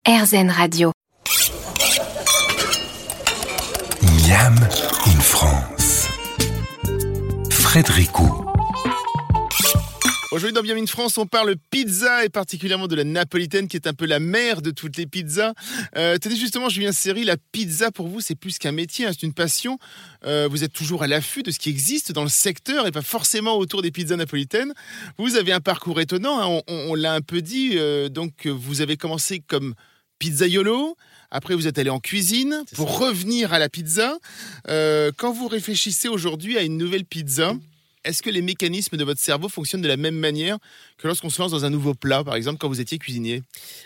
RZN Radio. Miam in France. Frédérico. Aujourd'hui dans Bienvenue in France, on parle pizza et particulièrement de la napolitaine qui est un peu la mère de toutes les pizzas. Tenez justement, Julien Serry, la pizza pour vous c'est plus qu'un métier, hein, c'est une passion. Vous êtes toujours à l'affût de ce qui existe dans le secteur et pas forcément autour des pizzas napolitaines. Vous avez un parcours étonnant, hein, on l'a un peu dit, donc vous avez commencé comme pizzaiolo, après vous êtes allé en cuisine pour revenir à la pizza. Quand vous réfléchissez aujourd'hui à une nouvelle pizza, est-ce que les mécanismes de votre cerveau fonctionnent de la même manière que lorsqu'on se lance dans un nouveau plat, par exemple quand vous étiez cuisinier ?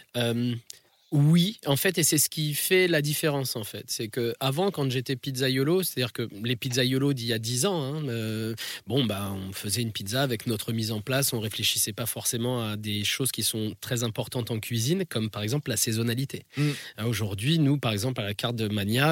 Oui, en fait, et c'est ce qui fait la différence, en fait. C'est qu'avant, quand j'étais pizzaiolo, c'est-à-dire que les pizzaiolos d'il y a 10 ans, on faisait une pizza avec notre mise en place, on réfléchissait pas forcément à des choses qui sont très importantes en cuisine, comme par exemple la saisonnalité. Aujourd'hui, nous, par exemple, à la carte de Mania,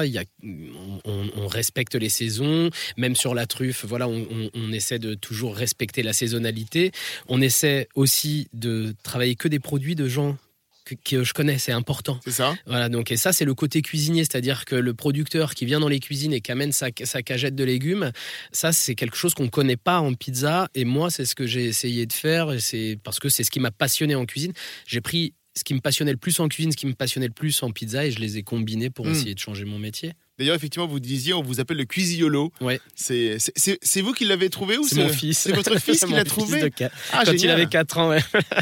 on respecte les saisons, même sur la truffe, voilà, on essaie de toujours respecter la saisonnalité. On essaie aussi de travailler que des produits de gens que je connais, c'est important. C'est ça. Voilà, donc, et ça, c'est le côté cuisinier, c'est-à-dire que le producteur qui vient dans les cuisines et qui amène sa cagette de légumes, ça, c'est quelque chose qu'on ne connaît pas en pizza. Et moi, c'est ce que j'ai essayé de faire, et c'est parce que c'est ce qui m'a passionné en cuisine. J'ai pris ce qui me passionnait le plus en cuisine, ce qui me passionnait le plus en pizza, et je les ai combinés pour essayer de changer mon métier. D'ailleurs, effectivement, vous disiez, on vous appelle le cuisiniolo. Ouais. C'est vous qui l'avez trouvé ou c'est mon fils. C'est votre fils qui l'a trouvé quand il avait 4 ans, ouais.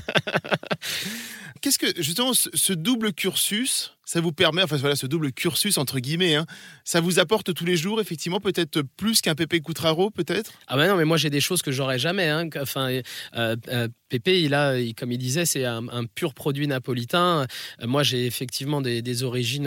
Qu'est-ce que, justement, ce double cursus, ça vous permet, ce double cursus, entre guillemets, hein, ça vous apporte tous les jours, effectivement, peut-être plus qu'un Pépé Cutraro, peut-être ? Ah ben non, mais moi, j'ai des choses que j'aurais jamais. Hein. Pépé, comme il disait, c'est un pur produit napolitain. Moi, j'ai effectivement des origines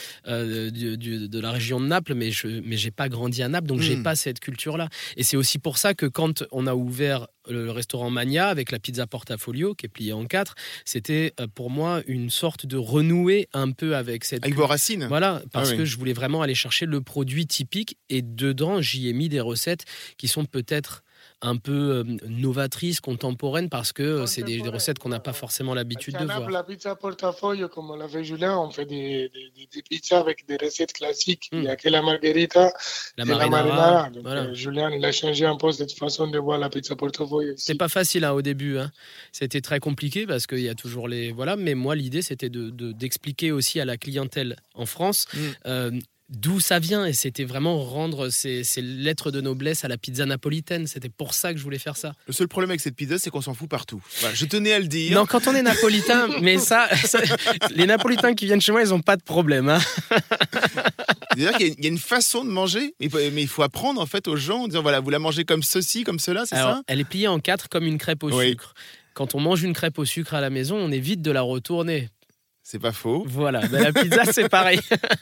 de la région de Naples, mais j'ai pas grandi à Naples, donc j'ai pas cette culture-là. Et c'est aussi pour ça que quand on a ouvert le restaurant Mania avec la pizza portafolio qui est pliée en 4, c'était pour moi une sorte de renouer un peu avec vos racines. Voilà, parce que je voulais vraiment aller chercher le produit typique et dedans j'y ai mis des recettes qui sont peut-être un peu novatrices, contemporaines, parce que c'est des recettes qu'on n'a pas forcément l'habitude de voir. La pizza portafolio, comme l'a fait Julien, on fait des pizzas avec des recettes classiques. Il n'y a que la margherita la et la marinara. Donc, voilà. Julien, il a changé un peu cette façon de voir la pizza portafolio. C'est pas facile au début. Hein. C'était très compliqué parce qu'il y a toujours les... Voilà, mais moi, l'idée, c'était d'expliquer aussi à la clientèle en France... d'où ça vient, et c'était vraiment rendre ces lettres de noblesse à la pizza napolitaine. C'était pour ça que je voulais faire ça. Le seul problème avec cette pizza, c'est qu'on s'en fout partout. Voilà, je tenais à le dire. Non, quand on est napolitain, mais ça les napolitains qui viennent chez moi, ils n'ont pas de problème. Hein. C'est-à-dire qu'il y a une façon de manger, mais il faut apprendre en fait aux gens en disant voilà, vous la mangez comme ceci, comme cela, c'est ça ? Elle est pliée en 4 comme une crêpe au sucre. Quand on mange une crêpe au sucre à la maison, on évite de la retourner. C'est pas faux. Voilà, la pizza, c'est pareil.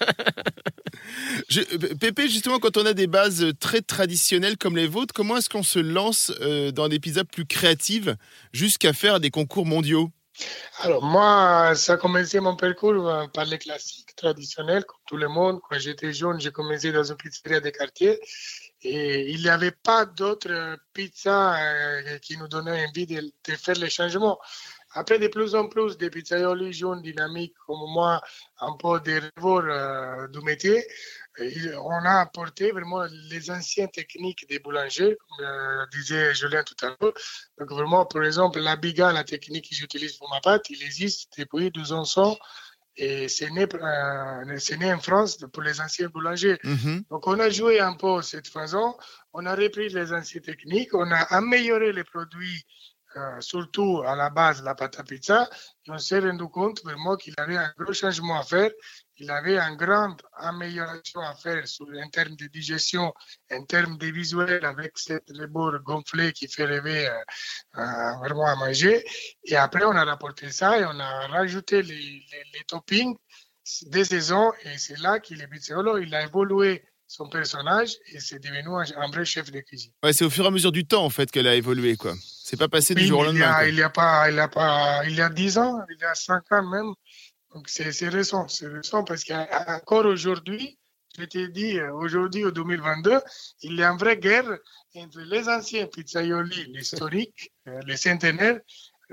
Pépé, justement, quand on a des bases très traditionnelles comme les vôtres, comment est-ce qu'on se lance dans des pizzas plus créatives jusqu'à faire des concours mondiaux ? Alors moi, ça a commencé mon parcours par les classiques traditionnels, comme tout le monde. Quand j'étais jeune, j'ai commencé dans une pizzeria de quartier. Et il n'y avait pas d'autres pizzas qui nous donnaient envie de faire les changements. Après, de plus en plus, des pizzaioli jeunes, dynamiques, comme moi, un peu des rêveurs du métier, on a apporté vraiment les anciennes techniques des boulangers, comme disait Julien tout à l'heure. Donc vraiment, par exemple, la biga, la technique que j'utilise pour ma pâte, il existe depuis 1200. Et c'est né en France pour les anciens boulangers. Donc, on a joué un peu cette façon. On a repris les anciennes techniques. On a amélioré les produits, surtout à la base, la pâte à pizza. Et on s'est rendu compte vraiment qu'il avait un gros changement à faire. Il avait une grande amélioration à faire en termes de digestion, en termes de visuel, avec cette rebord gonflée qui fait rêver vraiment à manger. Et après, on a rapporté ça et on a rajouté les toppings des saisons. Et c'est là que le pizzaiolo, il a évolué son personnage et c'est devenu un vrai chef de cuisine. Ouais, c'est au fur et à mesure du temps en fait qu'elle a évolué, quoi. C'est pas passé du jour au lendemain. Il y a 10 ans, il y a 5 ans même. Donc c'est récent parce qu'encore aujourd'hui, je t'ai dit, aujourd'hui, en 2022, il y a une vraie guerre entre les anciens pizzaioli, l'historique, les centenaires,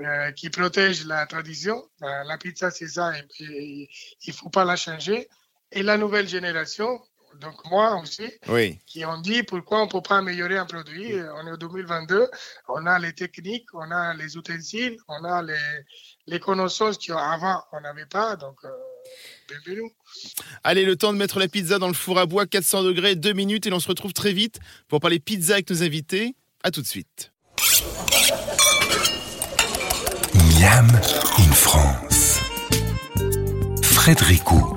qui protège la tradition. La pizza, c'est ça, et il ne faut pas la changer. Et la nouvelle génération, donc moi aussi, qui ont dit pourquoi on ne peut pas améliorer un produit. On est en 2022, on a les techniques, on a les ustensiles, on a les connaissances qu'avant on n'avait pas. Donc, bienvenue. Allez, le temps de mettre la pizza dans le four à bois, 400 degrés, 2 minutes, et l'on se retrouve très vite pour parler pizza avec nos invités. À tout de suite. Miam in France. Frédéricou.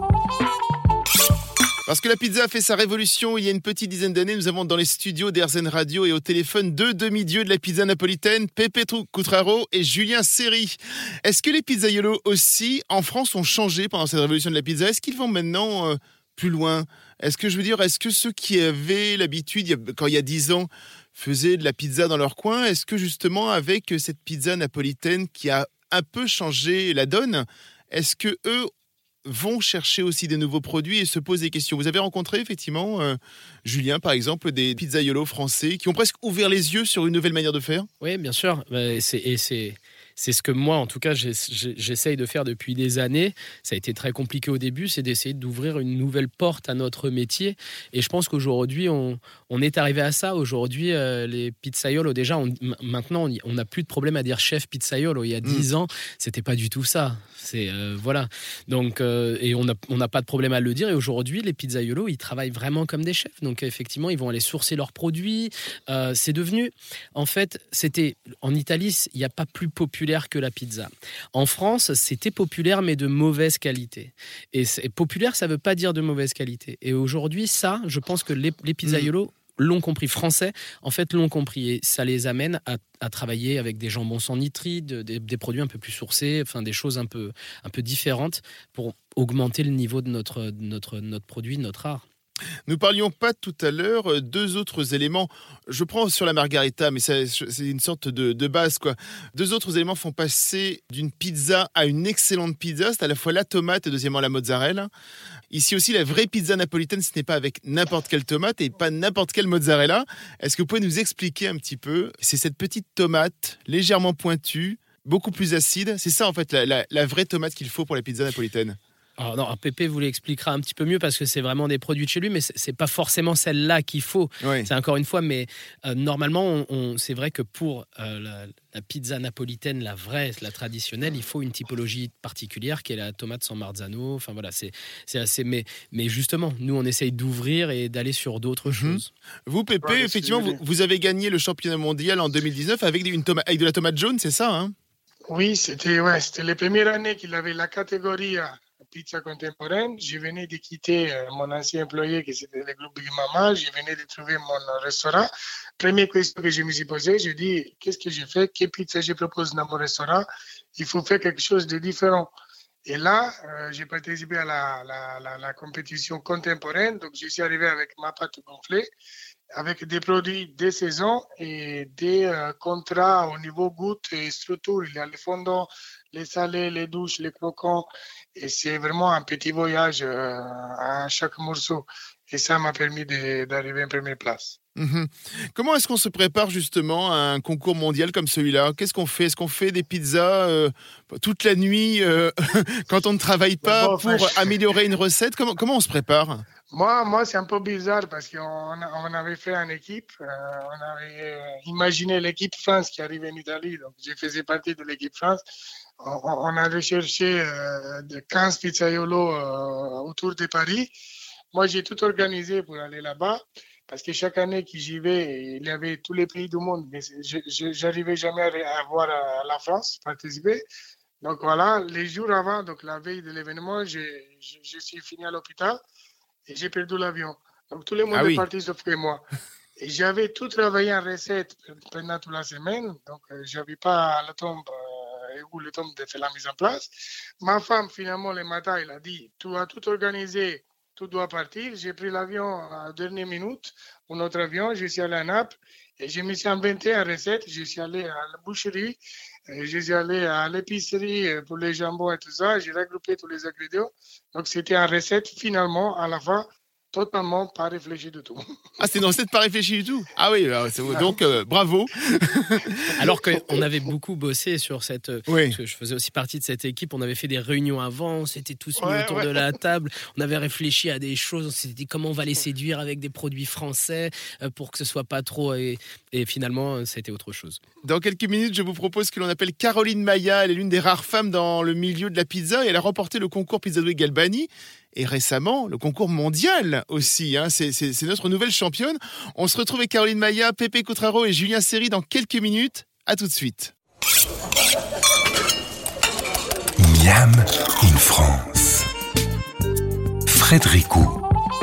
Parce que la pizza a fait sa révolution il y a une petite dizaine d'années, nous avons dans les studios d'RZN Radio et au téléphone deux demi-dieux de la pizza napolitaine, Pepe Cutraro et Julien Seri. Est-ce que les pizzaiolos aussi, en France, ont changé pendant cette révolution de la pizza ? Est-ce qu'ils vont maintenant plus loin ? Est-ce que ceux qui avaient l'habitude, quand il y a 10 ans, faisaient de la pizza dans leur coin ? Est-ce que justement, avec cette pizza napolitaine qui a un peu changé la donne, est-ce que eux vont chercher aussi des nouveaux produits et se posent des questions ? Vous avez rencontré effectivement, Julien par exemple, des pizzaiolos français qui ont presque ouvert les yeux sur une nouvelle manière de faire ? Oui, bien sûr. C'est ce que moi, en tout cas, j'essaye de faire depuis des années. Ça a été très compliqué au début, c'est d'essayer d'ouvrir une nouvelle porte à notre métier. Et je pense qu'aujourd'hui, on est arrivé à ça. Aujourd'hui, les pizzaiolos, déjà, maintenant, on n'a plus de problème à dire chef pizzaiolo. Il y a 10 ans, c'était pas du tout ça. Voilà. Donc, et on n'a pas de problème à le dire. Et aujourd'hui, les pizzaiolos, ils travaillent vraiment comme des chefs. Donc, effectivement, ils vont aller sourcer leurs produits. C'est devenu, en fait, en Italie, il n'y a pas plus populaire que la pizza. En France, c'était populaire, mais de mauvaise qualité. Et populaire, ça ne veut pas dire de mauvaise qualité. Et aujourd'hui, ça, je pense que les pizzaiolos l'ont compris, français, en fait, l'ont compris. Et ça les amène à travailler avec des jambons sans nitrite, des produits un peu plus sourcés, enfin, des choses un peu différentes pour augmenter le niveau de notre produit, notre art. Nous parlions pas tout à l'heure, 2 autres éléments. Je prends sur la margarita, mais c'est une sorte de base, quoi. 2 autres éléments font passer d'une pizza à une excellente pizza. C'est à la fois la tomate et deuxièmement la mozzarella. Ici aussi, la vraie pizza napolitaine, ce n'est pas avec n'importe quelle tomate et pas n'importe quelle mozzarella. Est-ce que vous pouvez nous expliquer un petit peu ? C'est cette petite tomate légèrement pointue, beaucoup plus acide. C'est ça, en fait, la vraie tomate qu'il faut pour la pizza napolitaine. Alors non, Pépé vous l'expliquera un petit peu mieux parce que c'est vraiment des produits de chez lui, mais c'est pas forcément celle-là qu'il faut. Oui. C'est encore une fois, mais normalement, c'est vrai que pour la pizza napolitaine, la vraie, la traditionnelle, il faut une typologie particulière qui est la tomate San Marzano. Enfin voilà, c'est assez. Mais justement, nous, on essaye d'ouvrir et d'aller sur d'autres choses. Vous, Pépé, effectivement, vous avez gagné le championnat mondial en 2019 avec de la tomate jaune, c'est ça, hein ? Oui, c'était les premières années qu'il avait la catégorie pizza contemporaine. Je venais de quitter mon ancien employé qui c'était le groupe Big Mama. Je venais de trouver mon restaurant. Première question que je me suis posée, je dis qu'est-ce que je fais? Quelle pizza je propose dans mon restaurant? Il faut faire quelque chose de différent. Et là, j'ai participé à la compétition contemporaine. Donc, je suis arrivé avec ma pâte gonflée, avec des produits de saison et des contrats au niveau goutte et structure. Il y a les fondants, les salés, les douches, les croquants. Et c'est vraiment un petit voyage à chaque morceau. Et ça m'a permis d'arriver en première place. Comment est-ce qu'on se prépare justement à un concours mondial comme celui-là ? Qu'est-ce qu'on fait ? Est-ce qu'on fait des pizzas toute la nuit quand on ne travaille pas pour améliorer une recette ? Comment on se prépare ? Moi, c'est un peu bizarre parce qu'on avait fait une équipe. On avait imaginé l'équipe France qui arrivait en Italie. Donc, je faisais partie de l'équipe France. On a recherché 15 pizzaiolos autour de Paris. Moi, j'ai tout organisé pour aller là-bas. Parce que chaque année que j'y vais, il y avait tous les pays du monde, mais je n'arrivais jamais à voir la France participer. Donc voilà, les jours avant, donc la veille de l'événement, je suis fini à l'hôpital et j'ai perdu l'avion. Donc tout le monde est parti sauf que moi. Et j'avais tout travaillé en recette pendant toute la semaine, donc je n'avais pas le temps de faire la mise en place. Ma femme, finalement, le matin, elle a dit, tu as tout organisé, tout doit partir. J'ai pris l'avion à la dernière minute, un autre avion, je suis allé à Naples et je me suis inventé une recette. Je suis allé à la boucherie, je suis allé à l'épicerie pour les jambons et tout ça. J'ai regroupé tous les ingrédients. Donc, c'était une recette, finalement, à la fin, totalement pas réfléchi du tout. Ah, c'était une recette pas réfléchie du tout. Ah oui, alors, donc bravo. Alors qu'on avait beaucoup bossé sur cette... Oui. Parce que je faisais aussi partie de cette équipe, on avait fait des réunions avant, on s'était tous mis Ouais, autour de la table, on avait réfléchi à des choses, on s'était dit comment on va les séduire avec des produits français pour que ce soit pas trop... Et finalement, c'était autre chose. Dans quelques minutes, je vous propose que l'on appelle Caroline Maia. Elle est l'une des rares femmes dans le milieu de la pizza et elle a remporté le concours Pizzadue Galbani. Et récemment, le concours mondial aussi. Hein. C'est notre nouvelle championne. On se retrouve avec Caroline Maia, Pepe Cotraro et Julien Seri dans quelques minutes. À tout de suite. Miam in France. Frédérico.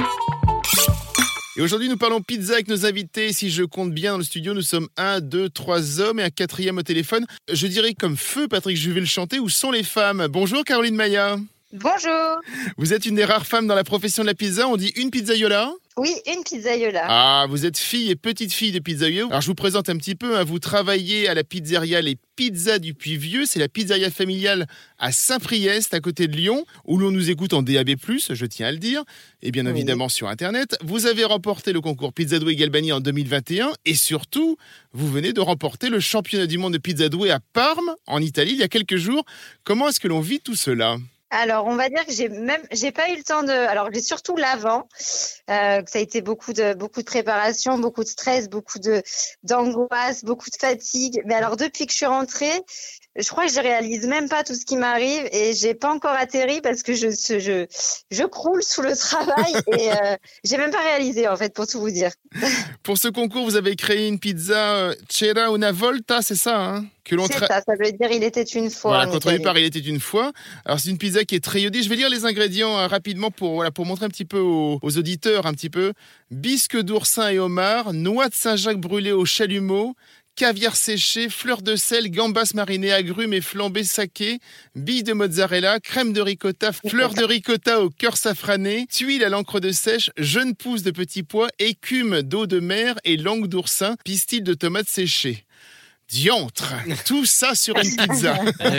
Et aujourd'hui, nous parlons pizza avec nos invités. Si je compte bien dans le studio, nous sommes 1, 2, 3 hommes et un quatrième au téléphone. Je dirais comme feu, Patrick Juvet le chanter. Où sont les femmes? Bonjour Caroline Maia. Bonjour. Vous êtes une des rares femmes dans la profession de la pizza. On dit une pizzaiola? Oui, une pizzaiola. Ah, vous êtes fille et petite fille de pizzaïolo. Alors je vous présente un petit peu. Hein. Vous travaillez à la pizzeria Les Pizzas du Puy-Vieux. C'est la pizzeria familiale à Saint-Priest, à côté de Lyon, où l'on nous écoute en DAB+, je tiens à le dire, et bien évidemment sur Internet. Vous avez remporté le concours Pizzadue Galbani en 2021 et surtout, vous venez de remporter le championnat du monde de Pizzadue à Parme, en Italie, il y a quelques jours. Comment est-ce que l'on vit tout cela ? Alors, on va dire que j'ai pas eu le temps de. Alors, j'ai surtout l'avant, que ça a été beaucoup de préparation, beaucoup de stress, d'angoisse, beaucoup de fatigue. Mais alors, depuis que je suis rentrée, je crois que je réalise même pas tout ce qui m'arrive et j'ai pas encore atterri parce que je croule sous le travail et j'ai même pas réalisé en fait, pour tout vous dire. Pour ce concours, vous avez créé une pizza C'era una volta, c'est ça hein ça veut dire il était une fois. Voilà, contrôlé par il était une fois. Alors c'est une pizza qui est très iodée. Je vais lire les ingrédients rapidement pour montrer un petit peu aux auditeurs un petit peu. Bisque d'oursin et homard, noix de Saint-Jacques brûlée au chalumeau, caviar séché, fleurs de sel, gambas marinées, agrumes et flambées saké, billes de mozzarella, crème de ricotta, fleurs de ricotta au cœur safrané, tuiles à l'encre de sèche, jeunes pousses de petits pois, écume d'eau de mer et langue d'oursin, pistil de tomates séchées. Diantre, tout ça sur une pizza.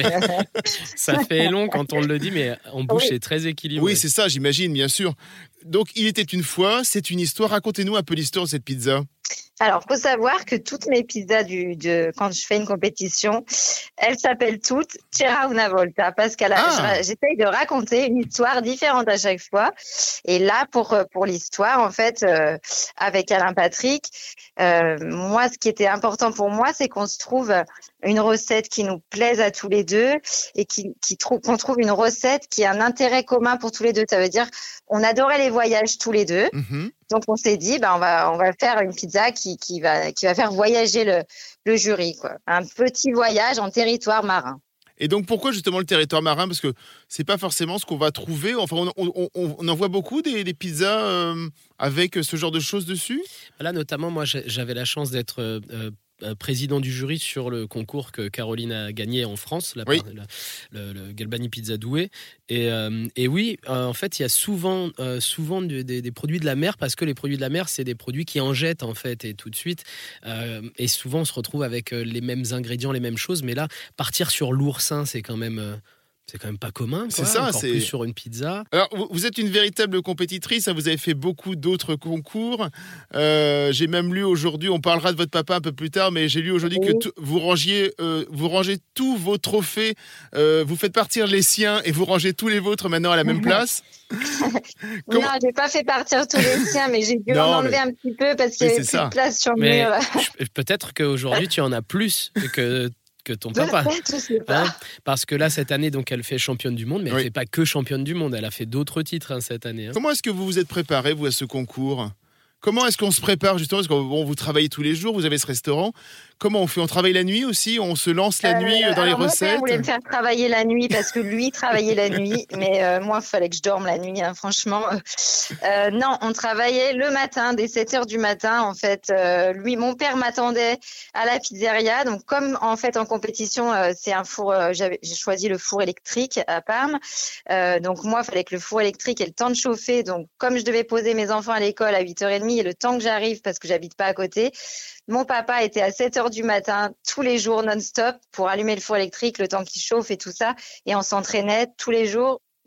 Ça fait long quand on le dit, mais en bouche, c'est très équilibré. Oui, c'est ça, j'imagine, bien sûr. Donc, il était une fois, c'est une histoire. Racontez-nous un peu l'histoire de cette pizza. Alors, faut savoir que toutes mes pizzas quand je fais une compétition, elles s'appellent toutes C'era una volta parce j'essaye de raconter une histoire différente à chaque fois. Et là, pour l'histoire, en fait, avec Alain Patrick, moi, ce qui était important pour moi, c'est qu'on se trouve une recette qui nous plaise à tous les deux et qu'on trouve une recette qui a un intérêt commun pour tous les deux. Ça veut dire, on adorait les voyages tous les deux. Mm-hmm. Donc, on s'est dit, on va faire une pizza qui va faire voyager le jury, quoi. Un petit voyage en territoire marin. Et donc, pourquoi justement le territoire marin ? Parce que c'est pas forcément ce qu'on va trouver. Enfin, on en voit beaucoup des pizzas avec ce genre de choses dessus. Là, notamment, moi, j'avais la chance d'être président du jury sur le concours que Caroline a gagné en France, le Galbani Pizzadue. Et oui, en fait, il y a souvent des produits de la mer, parce que les produits de la mer, c'est des produits qui en jettent, en fait, et tout de suite. Et souvent, on se retrouve avec les mêmes ingrédients, les mêmes choses. Mais là, partir sur l'oursin, c'est quand même pas commun, quoi. C'est ça, encore plus sur une pizza. Alors, vous êtes une véritable compétitrice, hein, vous avez fait beaucoup d'autres concours. J'ai même lu aujourd'hui, on parlera de votre papa un peu plus tard, mais j'ai lu aujourd'hui que vous rangez tous vos trophées, vous faites partir les siens et vous rangez tous les vôtres maintenant à la même place. Non, j'ai pas fait partir tous les siens, mais j'ai dû en enlever un petit peu parce qu'il y avait plus de place sur le mur. Peut-être qu'aujourd'hui, tu en as plus que ton papa. Je sais pas. Parce que là, cette année, donc, elle fait championne du monde, mais elle ne fait pas que championne du monde, elle a fait d'autres titres cette année. Comment est-ce que vous vous êtes préparé, vous, à ce concours ? Comment est-ce qu'on se prépare justement ? Parce que vous travaillez tous les jours, vous avez ce restaurant. Comment on fait ? On travaille la nuit aussi ? On se lance la nuit dans les recettes ? Mon père voulait me faire travailler la nuit parce que lui travaillait la nuit. Mais moi, il fallait que je dorme la nuit, hein, franchement. Non, on travaillait le matin, dès 7h du matin. En fait, mon père m'attendait à la pizzeria. Donc, comme en fait en compétition, c'est un four, j'ai choisi le four électrique à Parme. Donc, moi, il fallait que le four électrique ait le temps de chauffer. Donc, comme je devais poser mes enfants à l'école à 8h30 et le temps que j'arrive parce que j'habite pas à côté, mon papa était à 7h du matin tous les jours non-stop pour allumer le four électrique, le temps qu'il chauffe et tout ça. Et on s'entraînait tous les jours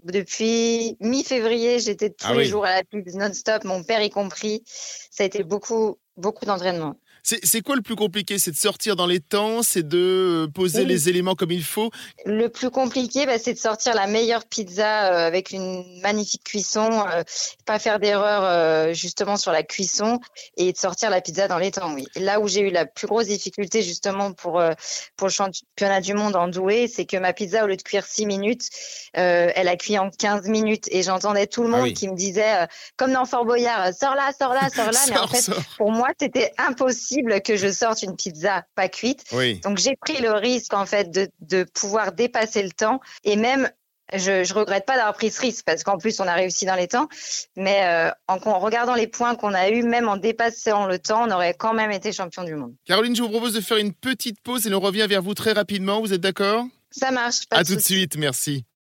Depuis mi-février, j'étais tous les jours à la pizza non-stop, mon père y compris. Ça a été beaucoup d'entraînement. C'est quoi le plus compliqué? C'est de sortir dans les temps, c'est de poser les éléments comme il faut? Le plus compliqué, c'est de sortir la meilleure pizza avec une magnifique cuisson, pas faire d'erreur justement sur la cuisson et de sortir la pizza dans les temps, oui. Là où j'ai eu la plus grosse difficulté justement pour le championnat du monde en doué, c'est que ma pizza, au lieu de cuire 6 minutes, elle a cuit en 15 minutes et j'entendais tout le monde qui me disait, comme dans Fort Boyard, sors là. Mais en fait, pour moi, c'était impossible que je sorte une pizza pas cuite. Oui. Donc j'ai pris le risque en fait de pouvoir dépasser le temps et même je regrette pas d'avoir pris ce risque parce qu'en plus on a réussi dans les temps, mais en regardant les points qu'on a eu, même en dépassant le temps, on aurait quand même été champion du monde. Caroline, je vous propose de faire une petite pause et on revient vers vous très rapidement. Vous êtes d'accord? Ça marche. À tout de suite, merci.